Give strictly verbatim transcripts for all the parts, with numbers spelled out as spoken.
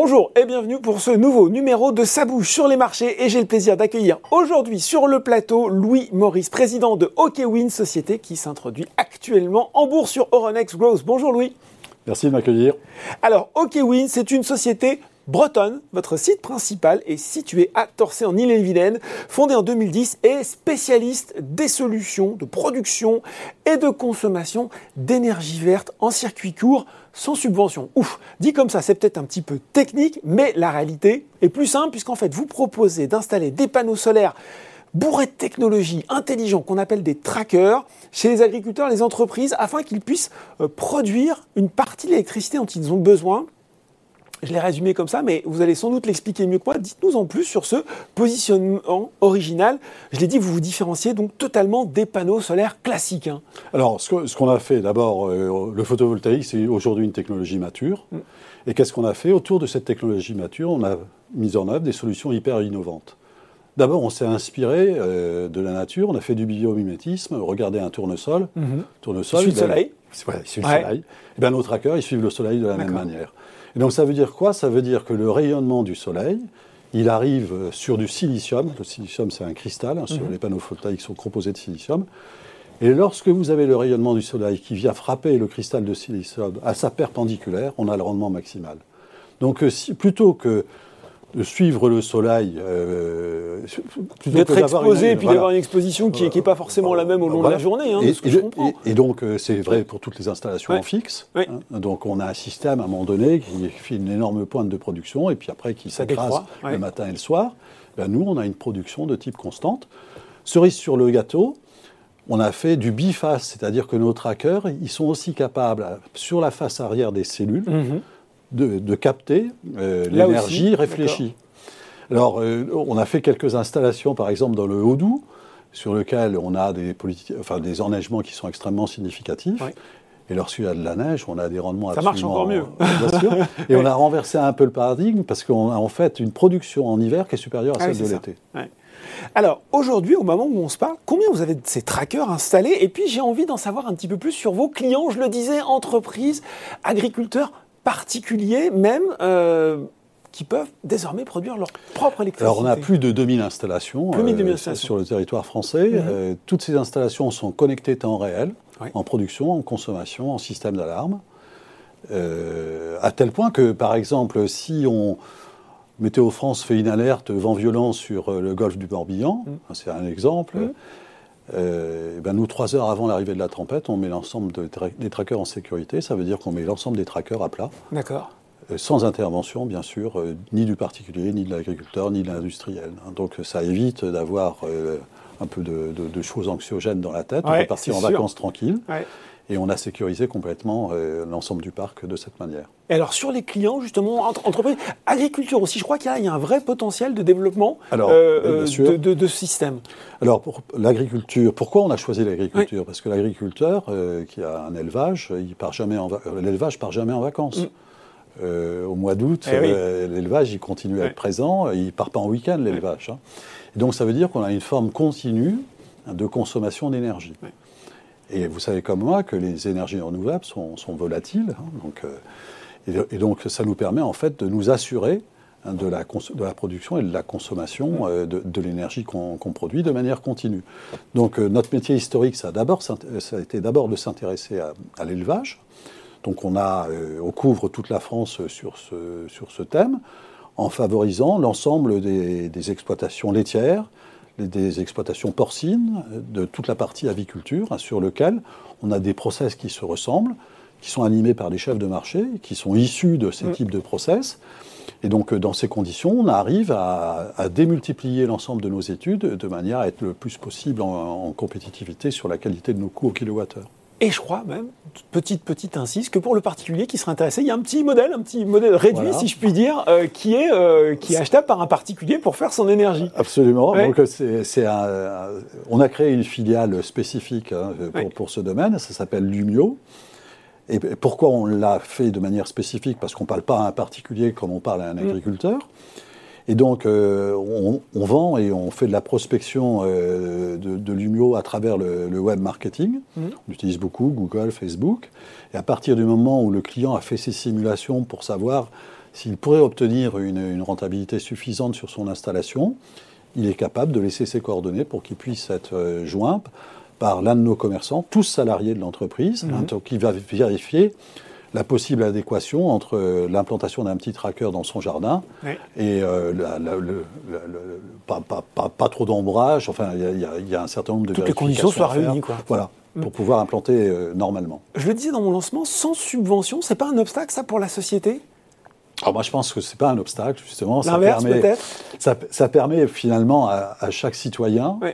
Bonjour et bienvenue pour ce nouveau numéro de Ça bouge sur les marchés et j'ai le plaisir d'accueillir aujourd'hui sur le plateau Louis Maurice, président de OKWin, société qui s'introduit actuellement en bourse sur Euronext Growth. Bonjour Louis. Merci de m'accueillir. Alors OKWin, c'est une société bretonne. Votre site principal est situé à Torçay en Ille-et-Vilaine, fondé en deux mille dix et spécialiste des solutions de production et de consommation d'énergie verte en circuit court sans subvention. Ouf, dit comme ça, c'est peut-être un petit peu technique, mais la réalité est plus simple puisqu'en fait, vous proposez d'installer des panneaux solaires bourrés de technologies intelligentes qu'on appelle des trackers chez les agriculteurs et les entreprises afin qu'ils puissent euh, produire une partie de l'électricité dont ils ont besoin. Je l'ai résumé comme ça, mais vous allez sans doute l'expliquer mieux que moi. Dites-nous en plus sur ce positionnement original. Je l'ai dit, vous vous différenciez donc totalement des panneaux solaires classiques. Hein. Alors, ce, que, ce qu'on a fait, d'abord, euh, le photovoltaïque, c'est aujourd'hui une technologie mature. Mm. Et qu'est-ce qu'on a fait? Autour de cette technologie mature, on a mis en œuvre des solutions hyper innovantes. D'abord, on s'est inspiré euh, de la nature, on a fait du biomimétisme, regardez un tournesol. Mm-hmm. tournesol il suit le soleil. Ben, ouais, il suit ouais. le soleil. Et bien, nos trackers, ils suivent le soleil de la D'accord. même manière. Et donc ça veut dire quoi? Ça veut dire que le rayonnement du soleil, il arrive sur du silicium. Le silicium, c'est un cristal. Hein, sur mmh. Les panneaux photovoltaïques sont composés de silicium. Et lorsque vous avez le rayonnement du soleil qui vient frapper le cristal de silicium à sa perpendiculaire, on a le rendement maximal. Donc si, plutôt que de suivre le soleil, euh, plutôt d'être que d'avoir exposé une, et puis voilà. d'avoir une exposition qui n'est qui pas forcément voilà. la même au long voilà. de la journée, hein, et, de ce que et, je comprends. Et, et donc euh, c'est vrai pour toutes les installations ouais. en fixe. Ouais. Hein, donc on a un système à un moment donné qui fait une énorme pointe de production et puis après qui Ça s'écrase ouais. le matin et le soir. Ben, nous on a une production de type constante. Cerise sur le gâteau, on a fait du biface, c'est-à-dire que nos trackers, ils sont aussi capables sur la face arrière des cellules mm-hmm. de, de capter euh, l'énergie aussi. réfléchie. D'accord. Alors, euh, on a fait quelques installations, par exemple, dans le Haut-Doubs, sur lequel on a des, politi- enfin, des enneigements qui sont extrêmement significatifs. Oui. Et lorsqu'il y a de la neige, on a des rendements Ça absolument... marche encore mieux. Bien sûr. Et on a renversé un peu le paradigme, parce qu'on a en fait une production en hiver qui est supérieure à celle ah oui, de l'été. Ouais. Alors, aujourd'hui, au moment où on se parle, combien vous avez de ces trackers installés? Et puis, j'ai envie d'en savoir un petit peu plus sur vos clients, je le disais, entreprises, agriculteurs, particuliers, même... Euh, qui peuvent désormais produire leur propre électricité. Alors, on a plus de deux mille installations, plus de deux mille euh, installations. sur le territoire français. Mm-hmm. Euh, toutes ces installations sont connectées temps réel, oui. en production, en consommation, en système d'alarme. Euh, à tel point que, par exemple, si on... Météo France fait une alerte vent violent sur le golfe du Morbihan, mm. c'est un exemple, mm. euh, ben nous, trois heures avant l'arrivée de la tempête, on met l'ensemble de tra- des trackers en sécurité. Ça veut dire qu'on met l'ensemble des trackers à plat. D'accord. Sans intervention, bien sûr, euh, ni du particulier, ni de l'agriculteur, ni de l'industriel. Hein. Donc ça évite d'avoir euh, un peu de, de, de choses anxiogènes dans la tête. Ouais, on peut partir en sûr. vacances tranquilles. Ouais. Et on a sécurisé complètement euh, l'ensemble du parc de cette manière. Et alors sur les clients, justement, entre, entreprises, agriculture aussi, je crois qu'il y a, il y a un vrai potentiel de développement alors, euh, bien de, de, de ce système. Alors pour l'agriculture, pourquoi on a choisi l'agriculture? Oui. Parce que l'agriculteur euh, qui a un élevage, il part jamais en va- l'élevage part jamais en vacances. Mm. Euh, au mois d'août, eh oui. euh, l'élevage, il continue à ouais. être présent, il ne part pas en week-end, l'élevage. Ouais. Hein. Et donc, ça veut dire qu'on a une forme continue de consommation d'énergie. Ouais. Et vous savez comme moi que les énergies renouvelables sont, sont volatiles. Hein, donc, euh, et, et donc, ça nous permet, en fait, de nous assurer hein, de, la cons- de la production et de la consommation euh, de, de l'énergie qu'on, qu'on produit de manière continue. Donc, euh, notre métier historique, ça a, d'abord, ça a été d'abord de s'intéresser à, à l'élevage. Donc on, a, euh, on couvre toute la France sur ce, sur ce thème, en favorisant l'ensemble des, des exploitations laitières, des exploitations porcines, de toute la partie aviculture, hein, sur lequel on a des process qui se ressemblent, qui sont animés par des chefs de marché, qui sont issus de ces mmh. types de process. Et donc dans ces conditions, on arrive à, à démultiplier l'ensemble de nos études de manière à être le plus possible en, en compétitivité sur la qualité de nos coûts au kilowattheure. Et je crois même, petite, petite insiste, que pour le particulier qui serait intéressé, il y a un petit modèle, un petit modèle réduit, voilà. si je puis dire, euh, qui, est, euh, qui est achetable par un particulier pour faire son énergie. Absolument. Ouais. Donc, c'est, c'est un, un, on a créé une filiale spécifique hein, pour, ouais. pour ce domaine, ça s'appelle Lumio. Et pourquoi on l'a fait de manière spécifique? Parce qu'on ne parle pas à un particulier comme on parle à un agriculteur. Mmh. Et donc, euh, on, on vend et on fait de la prospection euh, de, de Lumio à travers le, le web marketing. Mmh. On utilise beaucoup Google, Facebook. Et à partir du moment où le client a fait ses simulations pour savoir s'il pourrait obtenir une, une rentabilité suffisante sur son installation, il est capable de laisser ses coordonnées pour qu'il puisse être euh, joint par l'un de nos commerçants, tous salariés de l'entreprise, mmh. hein, donc qui va vérifier la possible adéquation entre l'implantation d'un petit tracker dans son jardin oui. et euh, la, la, le, le, le, pas, pas, pas, pas trop d'ombrage. Enfin, il y, y, y a un certain nombre de Toutes les conditions soient réunies, quoi. Voilà, mm. pour pouvoir implanter euh, normalement. Je le disais dans mon lancement, sans subvention, c'est pas un obstacle, ça, pour la société ? Alors moi, je pense que c'est pas un obstacle, justement. L'inverse, ça permet, peut-être ça, ça permet finalement à, à chaque citoyen... Oui.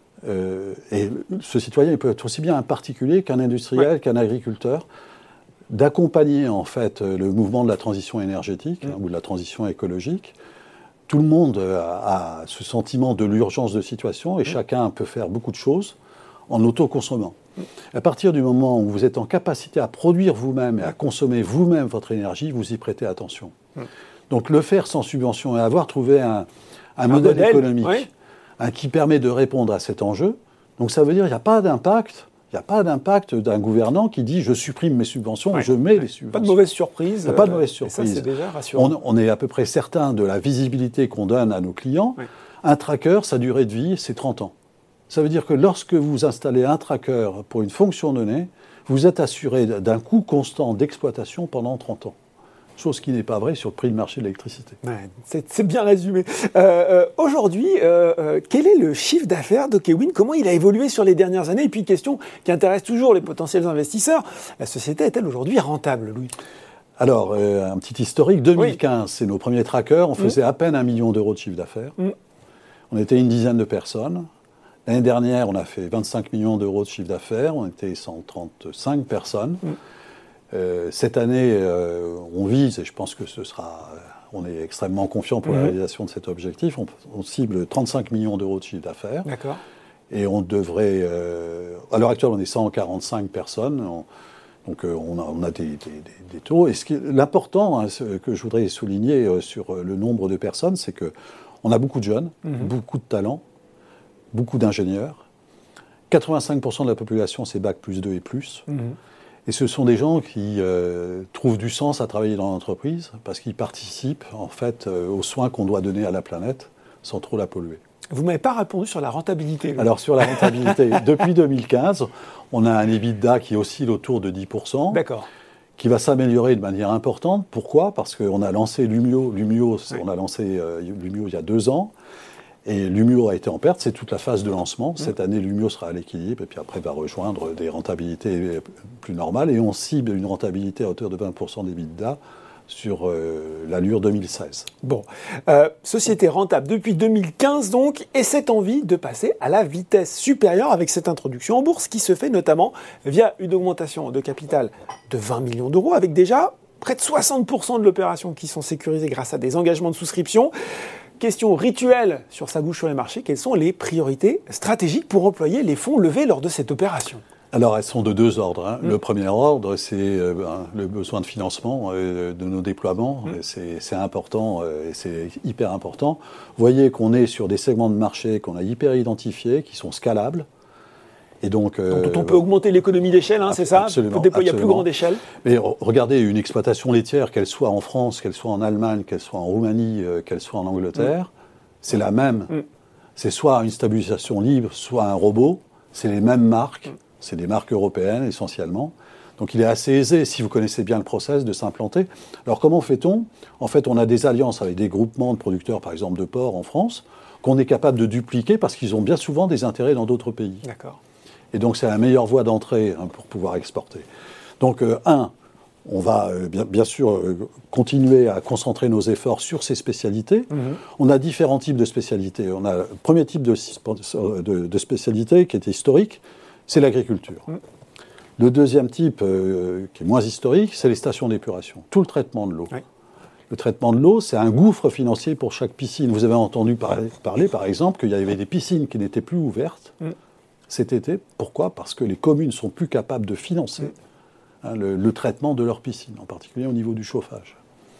Euh, et ce citoyen, il peut être aussi bien un particulier qu'un industriel, oui. qu'un agriculteur, d'accompagner en fait le mouvement de la transition énergétique mmh. hein, ou de la transition écologique. Tout le monde a, a ce sentiment de l'urgence de situation et mmh. chacun peut faire beaucoup de choses en autoconsommant. Mmh. À partir du moment où vous êtes en capacité à produire vous-même et à consommer vous-même votre énergie, vous y prêtez attention. Mmh. Donc le faire sans subvention et avoir trouvé un, un, un modèle, modèle économique oui. hein, qui permet de répondre à cet enjeu, donc ça veut dire qu'il n'y a pas d'impact. Il n'y a pas d'impact d'un gouvernant qui dit « je supprime mes subventions, ouais, je mets ouais. les subventions ». Pas de mauvaise surprise. Il n'y a pas de mauvaise surprise. Et ça, c'est déjà rassurant. On, on est à peu près certain de la visibilité qu'on donne à nos clients. Ouais. Un tracker, sa durée de vie, c'est trente ans. Ça veut dire que lorsque vous installez un tracker pour une fonction donnée, vous êtes assuré d'un coût constant d'exploitation pendant trente ans. Chose qui n'est pas vraie sur le prix de marché de l'électricité. Ouais, c'est bien résumé. Euh, euh, Aujourd'hui, euh, euh, quel est le chiffre d'affaires d'OKWin? Comment il a évolué sur les dernières années? Et puis, question qui intéresse toujours les potentiels investisseurs, la société est-elle aujourd'hui rentable, Louis? Alors, euh, un petit historique, deux mille quinze, oui. c'est nos premiers trackers, on faisait mmh. à peine un million d'euros de chiffre d'affaires. Mmh. On était une dizaine de personnes. L'année dernière, on a fait vingt-cinq millions d'euros de chiffre d'affaires, on était cent trente-cinq personnes. Mmh. Euh, cette année, euh, on vise, et je pense que ce sera, euh, on est extrêmement confiant pour mmh. la réalisation de cet objectif, on, on cible trente-cinq millions d'euros de chiffre d'affaires. D'accord. Et on devrait, euh, à l'heure actuelle, on est cent quarante-cinq personnes, on, donc euh, on a, on a des, des, des, des taux. Et ce qui, l'important hein, ce que je voudrais souligner euh, sur le nombre de personnes, c'est qu'on a beaucoup de jeunes, mmh. beaucoup de talents, beaucoup d'ingénieurs. quatre-vingt-cinq pour cent de la population, c'est bac plus deux et plus. Mmh. Et ce sont des gens qui euh, trouvent du sens à travailler dans l'entreprise parce qu'ils participent en fait euh, aux soins qu'on doit donner à la planète sans trop la polluer. Vous ne m'avez pas répondu sur la rentabilité. Là. Alors sur la rentabilité, depuis deux mille quinze, on a un EBITDA qui oscille autour de dix pour cent. D'accord. Qui va s'améliorer de manière importante. Pourquoi? Parce qu'on a lancé Lumio. Lumio, oui. on a lancé euh, Lumio il y a deux ans. Et Lumio a été en perte, c'est toute la phase de lancement. Cette année, Lumio sera à l'équilibre et puis après va rejoindre des rentabilités plus normales. Et on cible une rentabilité à hauteur de vingt pour cent d'EBITDA sur euh, l'allure deux mille seize. Bon, euh, société rentable depuis deux mille quinze donc, et cette envie de passer à la vitesse supérieure avec cette introduction en bourse qui se fait notamment via une augmentation de capital de vingt millions d'euros avec déjà près de soixante pour cent de l'opération qui sont sécurisés grâce à des engagements de souscription. Question rituelle sur sa bouche sur les marchés, quelles sont les priorités stratégiques pour employer les fonds levés lors de cette opération? Alors, elles sont de deux ordres. Hein. Mmh. Le premier ordre, c'est euh, ben, le besoin de financement euh, de nos déploiements. Mmh. C'est important euh, et c'est hyper important. Vous voyez qu'on est sur des segments de marché qu'on a hyper identifiés, qui sont scalables. Et donc, euh, donc on peut augmenter l'économie d'échelle, hein, c'est ça? Absolument. On peut déployer à plus grande échelle. Mais regardez, une exploitation laitière, qu'elle soit en France, qu'elle soit en Allemagne, qu'elle soit en Roumanie, euh, qu'elle soit en Angleterre, mmh. c'est la même. Mmh. C'est soit une stabilisation libre, soit un robot. C'est les mêmes marques. Mmh. C'est des marques européennes essentiellement. Donc il est assez aisé, si vous connaissez bien le process, de s'implanter. Alors comment fait-on? En fait, on a des alliances avec des groupements de producteurs, par exemple de porc en France, qu'on est capable de dupliquer parce qu'ils ont bien souvent des intérêts dans d'autres pays. D'accord. Et donc, c'est la meilleure voie d'entrée hein, pour pouvoir exporter. Donc, euh, un, on va euh, bien, bien sûr euh, continuer à concentrer nos efforts sur ces spécialités. Mmh. On a différents types de spécialités. On a le premier type de, de, de spécialité qui est historique, c'est l'agriculture. Mmh. Le deuxième type, euh, qui est moins historique, c'est les stations d'épuration. Tout le traitement de l'eau. Oui. Le traitement de l'eau, c'est un gouffre financier pour chaque piscine. Vous avez entendu parler, parler par exemple, qu'il y avait des piscines qui n'étaient plus ouvertes. Mmh. Cet été. Pourquoi? Parce que les communes ne sont plus capables de financer mmh. hein, le, le traitement de leurs piscines, en particulier au niveau du chauffage.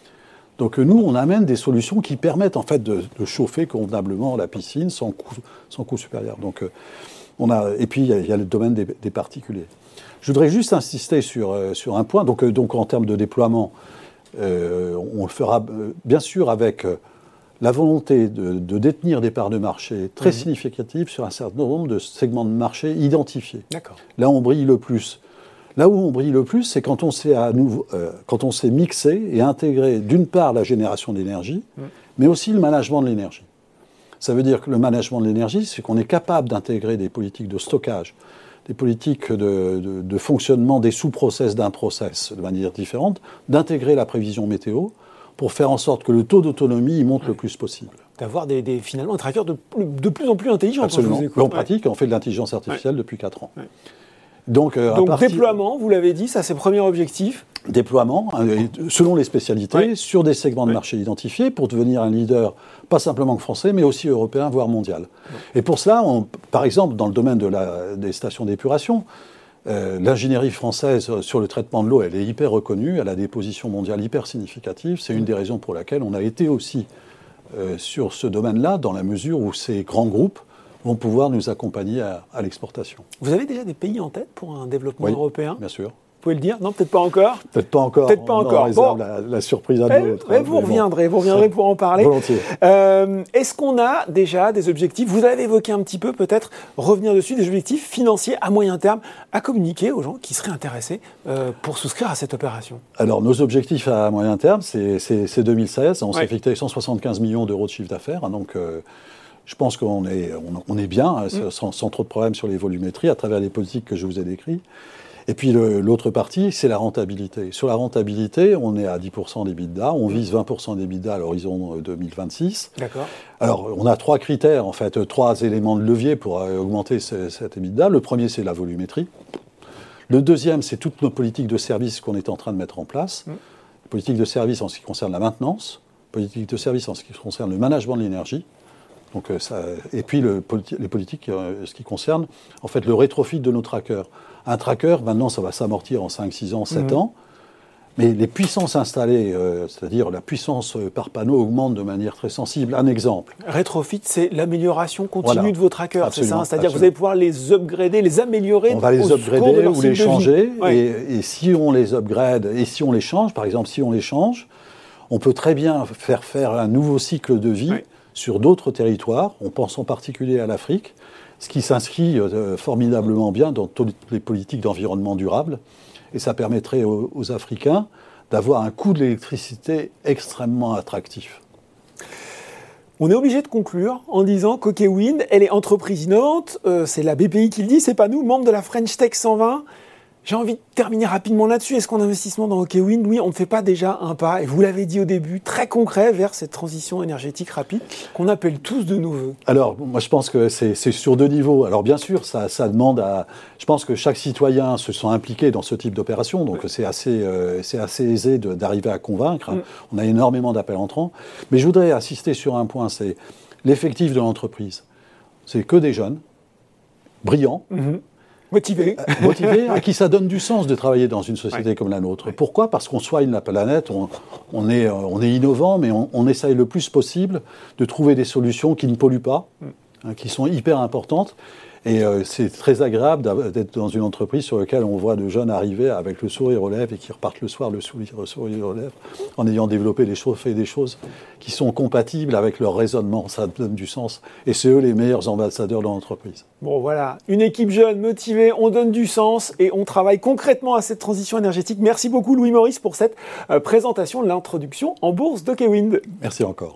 Donc nous, on amène des solutions qui permettent en fait de, de chauffer convenablement la piscine sans coût, sans coût supérieur. Donc, euh, on a, et puis, il y, y a le domaine des, des particuliers. Je voudrais juste insister sur, euh, sur un point. Donc, euh, donc, en termes de déploiement, Euh, on le fera euh, bien sûr avec euh, la volonté de, de détenir des parts de marché très mmh. significatives sur un certain nombre de segments de marché identifiés. D'accord. Là, on brille le plus. Là où on brille le plus, c'est quand on s'est à nouveau, euh, quand on s'est mixé et intégré d'une part la génération d'énergie, mmh. mais aussi le management de l'énergie. Ça veut dire que le management de l'énergie, c'est qu'on est capable d'intégrer des politiques de stockage, des politiques de, de, de fonctionnement des sous-process d'un process de manière différente, d'intégrer la prévision météo pour faire en sorte que le taux d'autonomie monte ouais. le plus possible. D'avoir des, des, finalement un tracker de, de plus en plus intelligent. Absolument. Quand je vous écoute. En pratique, ouais. on fait de l'intelligence artificielle ouais. depuis quatre ans. Ouais. Donc, euh, Donc à partir... déploiement, vous l'avez dit, ça c'est le premier objectif. Déploiement, euh, selon les spécialités, ouais. sur des segments de ouais. marché identifiés pour devenir un leader, pas simplement français, mais aussi européen, voire mondial. Ouais. Et pour cela, on, par exemple, dans le domaine de la, des stations d'épuration, euh, l'ingénierie française sur le traitement de l'eau, elle est hyper reconnue, elle a des positions mondiales hyper significatives. C'est une des raisons pour laquelle on a été aussi euh, sur ce domaine-là, dans la mesure où ces grands groupes vont pouvoir nous accompagner à, à l'exportation. Vous avez déjà des pays en tête pour un développement oui, européen ? Bien sûr. Vous pouvez le dire ? Non, peut-être pas encore. Peut-être pas encore. Peut-être pas on encore. réserve bon. la, la surprise à eh, d'autres. eh, vous reviendrez, bon. vous reviendrez pour en parler. Volontiers. Euh, est-ce qu'on a déjà des objectifs ? Vous avez évoqué un petit peu, peut-être revenir dessus, des objectifs financiers à moyen terme à communiquer aux gens qui seraient intéressés euh, pour souscrire à cette opération ? Alors, nos objectifs à moyen terme, c'est, c'est, c'est deux mille seize. On ouais. s'est fixé cent soixante-quinze millions d'euros de chiffre d'affaires. Hein, donc, euh, je pense qu'on est, on, on est bien, hein, mm. sans, sans trop de problèmes sur les volumétries, à travers les politiques que je vous ai décrites. Et puis le, l'autre partie, c'est la rentabilité. Sur la rentabilité, on est à dix pour cent d'EBITDA, on vise vingt pour cent d'EBITDA à l'horizon deux mille vingt-six. D'accord. Alors, on a trois critères, en fait, trois éléments de levier pour augmenter ce, cet EBITDA. Le premier, c'est la volumétrie. Le deuxième, c'est toutes nos politiques de service qu'on est en train de mettre en place. Mmh. Politique de service en ce qui concerne la maintenance, politique de service en ce qui concerne le management de l'énergie. Donc, ça, et puis le, les politiques, euh, ce qui concerne en fait le rétrofit de nos trackers. Un tracker, maintenant, ça va s'amortir en cinq, six ans, sept mmh. ans. Mais les puissances installées, euh, c'est-à-dire la puissance par panneau, augmente de manière très sensible. Un exemple. Rétrofit, c'est l'amélioration continue voilà. de vos trackers, absolument, c'est ça ? C'est-à-dire absolument. que vous allez pouvoir les upgrader, les améliorer. On va les upgrader ou les changer. Ouais. Et, et si on les upgrade et si on les change, par exemple, si on les change, on peut très bien faire faire un nouveau cycle de vie ouais. sur d'autres territoires. On pense en particulier à l'Afrique, ce qui s'inscrit euh, formidablement bien dans toutes les politiques d'environnement durable. Et ça permettrait aux, aux Africains d'avoir un coût de l'électricité extrêmement attractif. On est obligé de conclure en disant qu'Ok Wind, elle est entreprise innovante, euh, c'est la B P I qui le dit, c'est pas nous, membre de la French Tech cent vingt. J'ai envie de terminer rapidement là-dessus. Est-ce qu'en investissement dans Ok Wind, oui, on ne fait pas déjà un pas, et vous l'avez dit au début, très concret vers cette transition énergétique rapide qu'on appelle tous de nos voeux? Alors, moi, je pense que c'est, c'est sur deux niveaux. Alors, bien sûr, ça, ça demande à... Je pense que chaque citoyen se sent impliqué dans ce type d'opération, donc oui. c'est, assez, euh, c'est assez aisé de, d'arriver à convaincre. Mm. On a énormément d'appels entrants. Mais je voudrais insister sur un point, c'est l'effectif de l'entreprise. C'est que des jeunes, brillants, mm-hmm. Motivés. Motivés, à qui ça donne du sens de travailler dans une société ouais. comme la nôtre. Ouais. Pourquoi ? Parce qu'on soigne la planète, on, on, est, on est innovant, mais on, on essaye le plus possible de trouver des solutions qui ne polluent pas, mm. hein, qui sont hyper importantes. Et euh, c'est très agréable d'être dans une entreprise sur laquelle on voit de jeunes arriver avec le sourire aux lèvres et qui repartent le soir le sourire, le sourire aux lèvres, en ayant développé des choses, fait des choses qui sont compatibles avec leur raisonnement. Ça donne du sens. Et c'est eux les meilleurs ambassadeurs de l'entreprise. Bon, voilà. Une équipe jeune, motivée, on donne du sens et on travaille concrètement à cette transition énergétique. Merci beaucoup, Louis-Maurice, pour cette euh, présentation de l'introduction en bourse d'Ok Wind. Merci encore.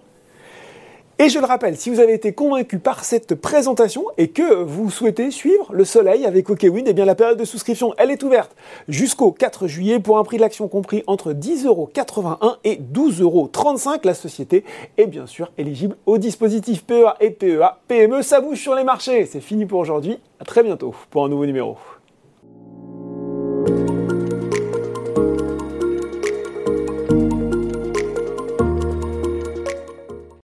Et je le rappelle, si vous avez été convaincu par cette présentation et que vous souhaitez suivre le soleil avec Ok Wind, eh bien la période de souscription, elle est ouverte jusqu'au quatre juillet pour un prix de l'action compris entre dix euros quatre-vingt-un et douze euros trente-cinq. La société est bien sûr éligible au dispositif P E A et P E A P M E. Ça bouge sur les marchés. C'est fini pour aujourd'hui. À très bientôt pour un nouveau numéro.